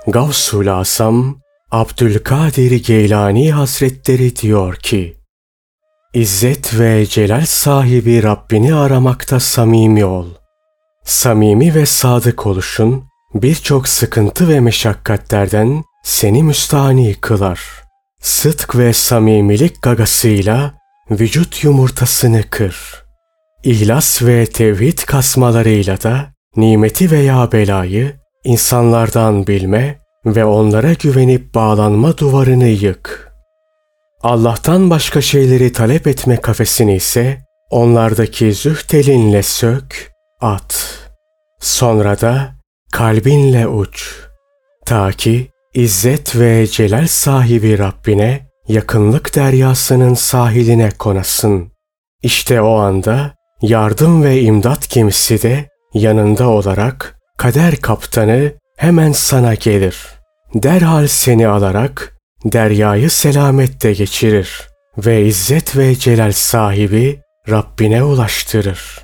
Gavsul Asam Abdülkadir Geylani Hazretleri diyor ki, İzzet ve celal sahibi Rabbini aramakta samimi ol. Samimi ve sadık oluşun birçok sıkıntı ve meşakkatlerden seni müstahni kılar. Sıdk ve samimilik gagasıyla vücut yumurtasını kır. İhlas ve tevhid kasmalarıyla da nimeti veya belayı insanlardan bilme ve onlara güvenip bağlanma duvarını yık. Allah'tan başka şeyleri talep etme kafesini ise onlardaki zühd elinle sök, at. Sonra da kalbinle uç. Ta ki İzzet ve celal sahibi Rabbine yakınlık deryasının sahiline konasın. İşte o anda yardım ve imdat gemisi de yanında olarak kader kaptanı hemen sana gelir. Derhal seni alarak deryayı selamette geçirir ve İzzet ve celal sahibi Rabbine ulaştırır.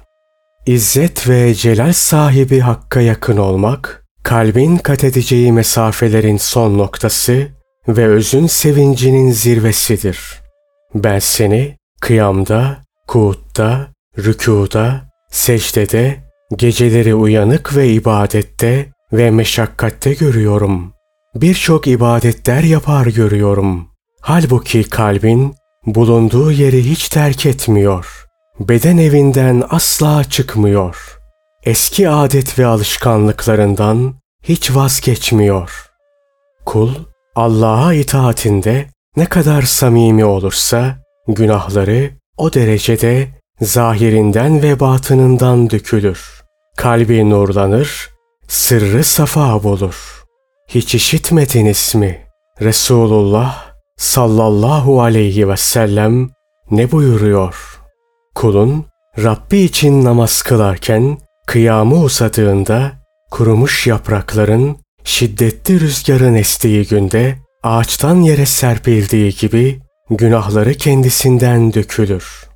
İzzet ve celal sahibi Hakk'a yakın olmak, kalbin kat edeceği mesafelerin son noktası ve özün sevincinin zirvesidir. Ben seni kıyamda, kuutta, rükûda, secdede, geceleri uyanık ve ibadette ve meşakkatte görüyorum. Birçok ibadetler yapar görüyorum. Halbuki kalbin bulunduğu yeri hiç terk etmiyor. Beden evinden asla çıkmıyor. Eski adet ve alışkanlıklarından hiç vazgeçmiyor. Kul, Allah'a itaatinde ne kadar samimi olursa, günahları o derecede zahirinden ve batınından dökülür. Kalbi nurlanır, sırrı safa bulur. Hiç işitmediniz mi? Resulullah sallallahu aleyhi ve sellem ne buyuruyor? Kulun Rabbi için namaz kılarken kıyamı uzadığında kurumuş yaprakların şiddetli rüzgarın estiği günde ağaçtan yere serpildiği gibi günahları kendisinden dökülür.